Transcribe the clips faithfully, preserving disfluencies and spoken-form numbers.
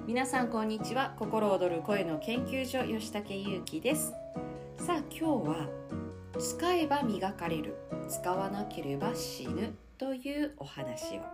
皆さんこんにちは。心躍る声の研究所吉武優希です。さあ今日は使えば磨かれる、使わなければ死ぬというお話を。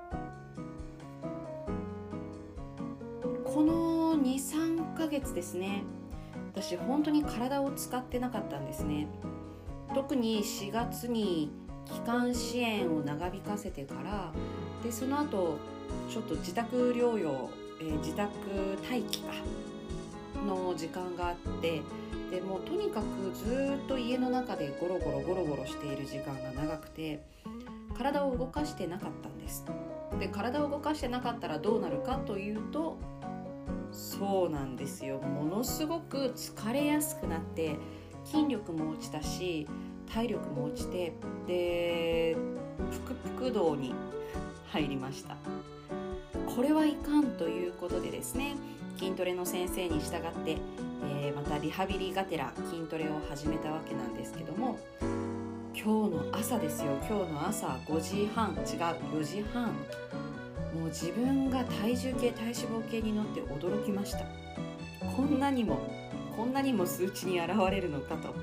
この にさんかげつですね、私本当に体を使ってなかったんですね。特にしがつに気管支炎を長引かせてからで、その後ちょっと自宅療養、えー、自宅待機かの時間があって、でもうとにかくずっと家の中でゴロゴロゴロゴロしている時間が長くて、体を動かしてなかったんです。で、体を動かしてなかったらどうなるかというと、そうなんですよ、ものすごく疲れやすくなって、筋力も落ちたし体力も落ちて、でぷくぷく道に入りました。これはいかんということでですね、筋トレの先生に従って、えー、またリハビリがてら筋トレを始めたわけなんですけども、今日の朝ですよ、今日の朝ごじはん、違うよじはん、もう自分が体重計体脂肪計に乗って驚きました。こんなにもこんなにも数値に現れるのかと。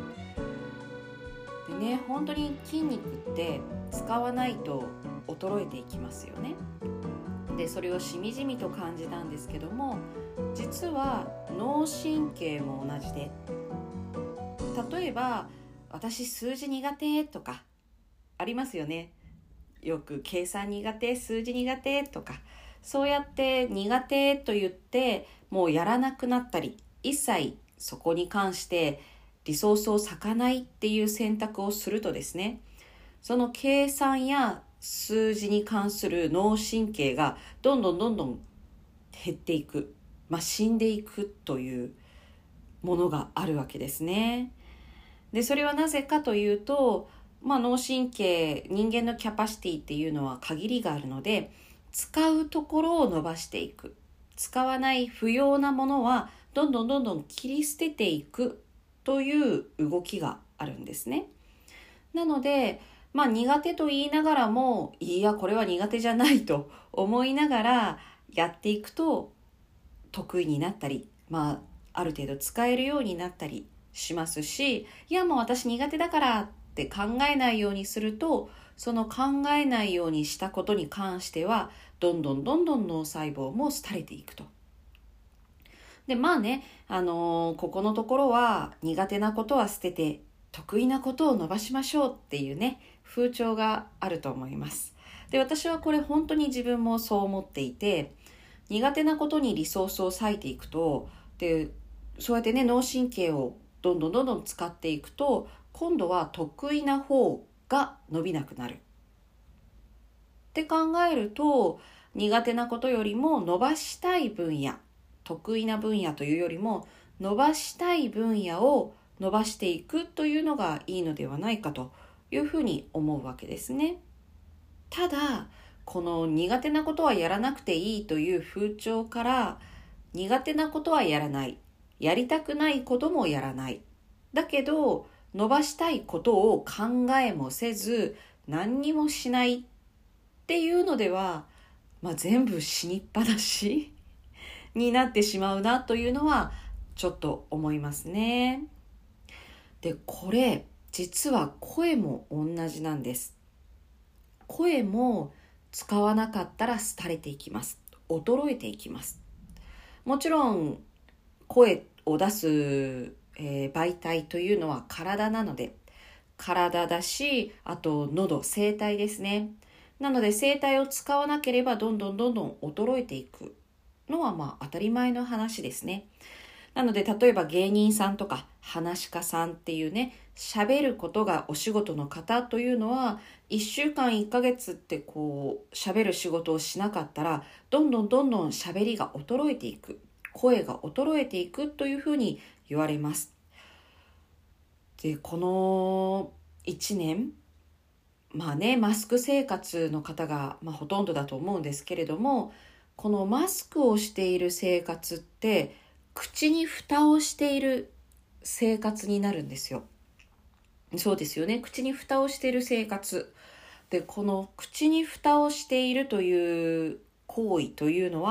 でね、本当に筋肉って使わないと衰えていきますよね。でそれをしみじみと感じたんですけども、実は脳神経も同じで、例えば私数字苦手とかありますよね。よく計算苦手、数字苦手とか、そうやって苦手と言ってもうやらなくなったり、一切そこに関してリソースを割かないっていう選択をするとですね、その計算や数字に関する脳神経がどんどんどんどん減っていく、まあ、死んでいくというものがあるわけですね。でそれはなぜかというと、まあ、脳神経、人間のキャパシティっていうのは限りがあるので、使うところを伸ばしていく、使わない不要なものはどんどんどんどん切り捨てていくという動きがあるんですね。なのでまあ苦手と言いながらも、いやこれは苦手じゃないと思いながらやっていくと得意になったり、まあある程度使えるようになったりしますし、いやもう私苦手だからって考えないようにすると、その考えないようにしたことに関してはどんどんどんどん脳細胞も廃れていくと。でまあね、あのー、ここのところは苦手なことは捨てて得意なことを伸ばしましょうっていうね、風潮があると思います。で私はこれ本当に自分もそう思っていて、苦手なことにリソースを割いていくと、でそうやってね脳神経をどんどんどんどん使っていくと、今度は得意な方が伸びなくなるって考えると、苦手なことよりも伸ばしたい分野、得意な分野というよりも伸ばしたい分野を伸ばしていくというのがいいのではないかというふうに思うわけですね。ただこの苦手なことはやらなくていいという風潮から、苦手なことはやらない、やりたくないこともやらない、だけど伸ばしたいことを考えもせず何にもしないっていうのでは、まあ、全部死にっぱなしになってしまうなというのはちょっと思いますね。でこれ実は声も同じなんです。声も使わなかったら廃れていきます。衰えていきます。もちろん声を出す、えー、媒体というのは体なので、体だし、あと喉、声帯ですね。なので声帯を使わなければどんどんどんどん衰えていくのはまあ当たり前の話ですね。なので例えば芸人さんとか話し家さんっていうね、喋ることがお仕事の方というのは、いっしゅうかんいっかげつってこう喋る仕事をしなかったら、どんどんどんどん喋りが衰えていく、声が衰えていくというふうに言われます。でこのいちねん、まあねマスク生活の方が、まあ、ほとんどだと思うんですけれども、このマスクをしている生活って口に蓋をしている生活になるんですよ。そうですよね、口に蓋をしている生活で、この口に蓋をしているという行為というのは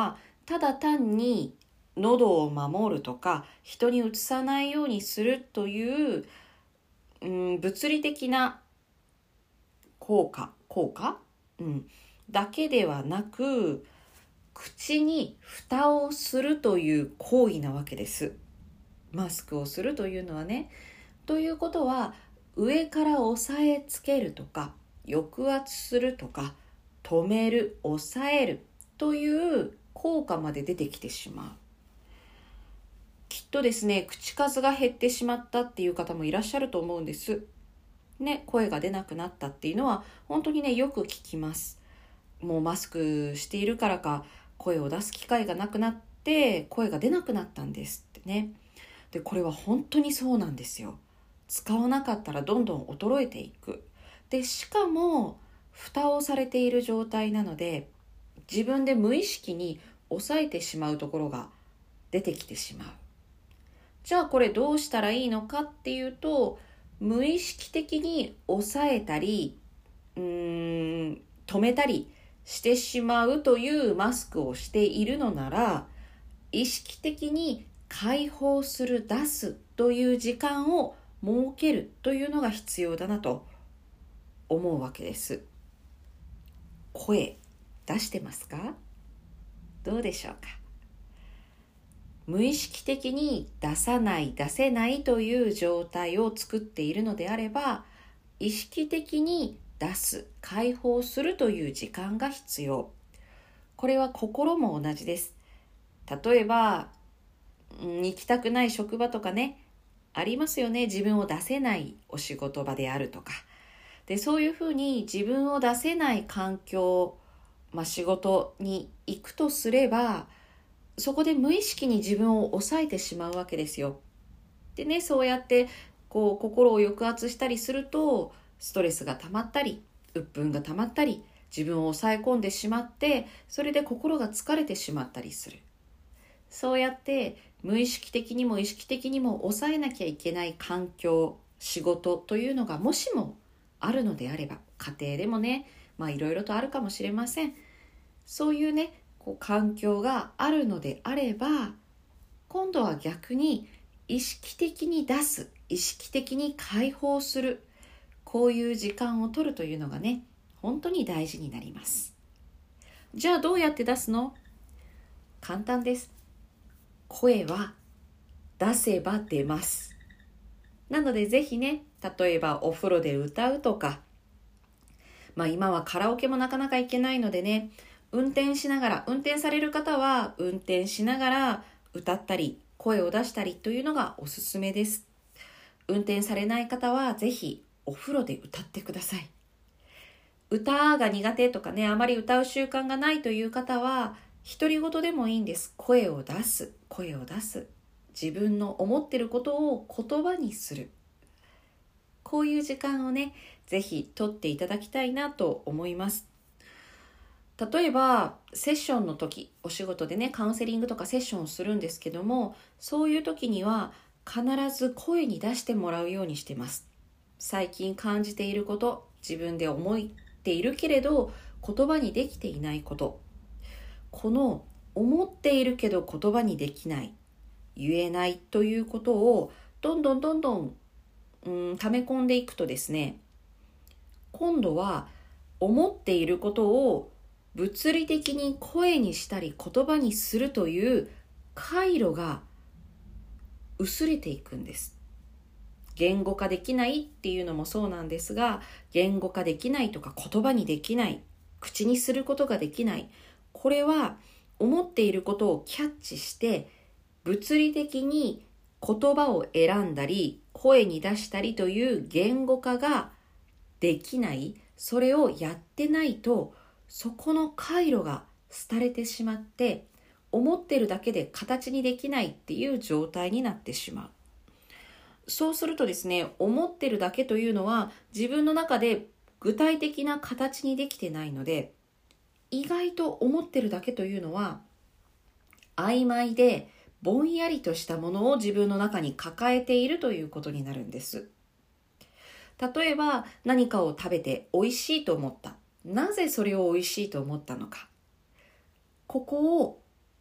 ただ単に喉を守るとか人にうつさないようにするという、うん、物理的な効果効果、うん、だけではなく、口に蓋をするという行為なわけです。マスクをするというのはね。ということは、上から押さえつけるとか抑圧するとか止める、抑えるという効果まで出てきてしまう。きっとですね、口数が減ってしまったっていう方もいらっしゃると思うんです。ね、声が出なくなったっていうのは本当にね、よく聞きます。もうマスクしているからか声を出す機会がなくなって声が出なくなったんですってね。で、これは本当にそうなんですよ。使わなかったらどんどん衰えていく。で、しかも蓋をされている状態なので、自分で無意識に抑えてしまうところが出てきてしまう。じゃあこれどうしたらいいのかっていうと、無意識的に抑えたりうーん止めたりしてしまうというマスクをしているのなら、意識的に解放する、出すという時間を設けるというのが必要だなと思うわけです。声出してますか？どうでしょうか？無意識的に出さない、出せないという状態を作っているのであれば、意識的に出す、解放するという時間が必要。これは心も同じです。例えば、うん、行きたくない職場とかね、ありますよね。自分を出せないお仕事場であるとか。で、そういうふうに自分を出せない環境、まあ、仕事に行くとすれば、そこで無意識に自分を抑えてしまうわけですよ。でね、そうやってこう心を抑圧したりすると、ストレスが溜まったり、鬱憤が溜まったり、自分を抑え込んでしまって、それで心が疲れてしまったりする。そうやって無意識的にも意識的にも抑えなきゃいけない環境、仕事というのがもしもあるのであれば、家庭でもね、まあいろいろとあるかもしれません。そういうね、こう環境があるのであれば、今度は逆に意識的に出す、意識的に解放する、こういう時間を取るというのがね、本当に大事になります。じゃあどうやって出すの？簡単です。声は出せば出ます。なのでぜひね、例えばお風呂で歌うとか、まあ今はカラオケもなかなか行けないのでね、運転しながら、運転される方は運転しながら歌ったり、声を出したりというのがおすすめです。運転されない方はぜひお風呂で歌ってください。歌が苦手とかね、あまり歌う習慣がないという方は、独り言でもいいんです。声を出す、声を出す。自分の思ってることを言葉にする。こういう時間をね、ぜひ取っていただきたいなと思います。例えばセッションの時、お仕事でね、カウンセリングとかセッションをするんですけども、そういう時には必ず声に出してもらうようにしてます。最近感じていること、自分で思っているけれど言葉にできていないこと、この思っているけど言葉にできない、言えないということをどんどんどんどん、うん、溜め込んでいくとですね、今度は思っていることを物理的に声にしたり言葉にするという回路が薄れていくんです。言語化できないっていうのもそうなんですが、言語化できないとか言葉にできない、口にすることができない、これは思っていることをキャッチして物理的に言葉を選んだり声に出したりという言語化ができない、それをやってないと、そこの回路が廃れてしまって、思ってるだけで形にできないっていう状態になってしまう。そうするとですね、思ってるだけというのは自分の中で具体的な形にできてないので、意外と思ってるだけというのは曖昧でぼんやりとしたものを自分の中に抱えているということになるんです。例えば何かを食べて美味しいと思った。なぜそれを美味しいと思ったのか。ここを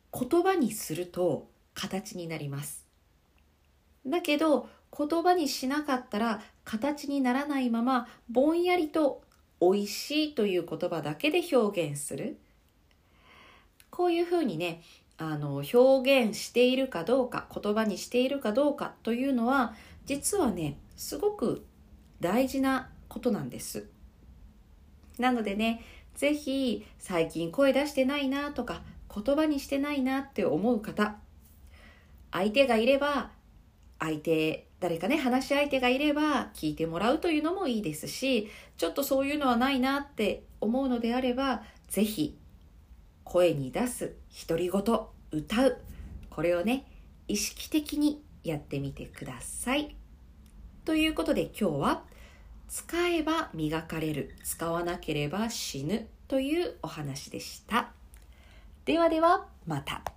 言葉にすると形になります。だけど言葉にしなかったら形にならないまま、ぼんやりと美味しいという言葉だけで表現する。こういうふうにね、あの表現しているかどうか、言葉にしているかどうかというのは、実はね、すごく大事なことなんです。なのでね、ぜひ最近声出してないなとか、言葉にしてないなって思う方、相手がいれば、相手、誰かね、話し相手がいれば聞いてもらうというのもいいですし、ちょっとそういうのはないなって思うのであれば、ぜひ声に出す、独り言、歌う、これをね、意識的にやってみてください。ということで今日は、使えば磨かれる、使わなければ死ぬというお話でした。ではではまた。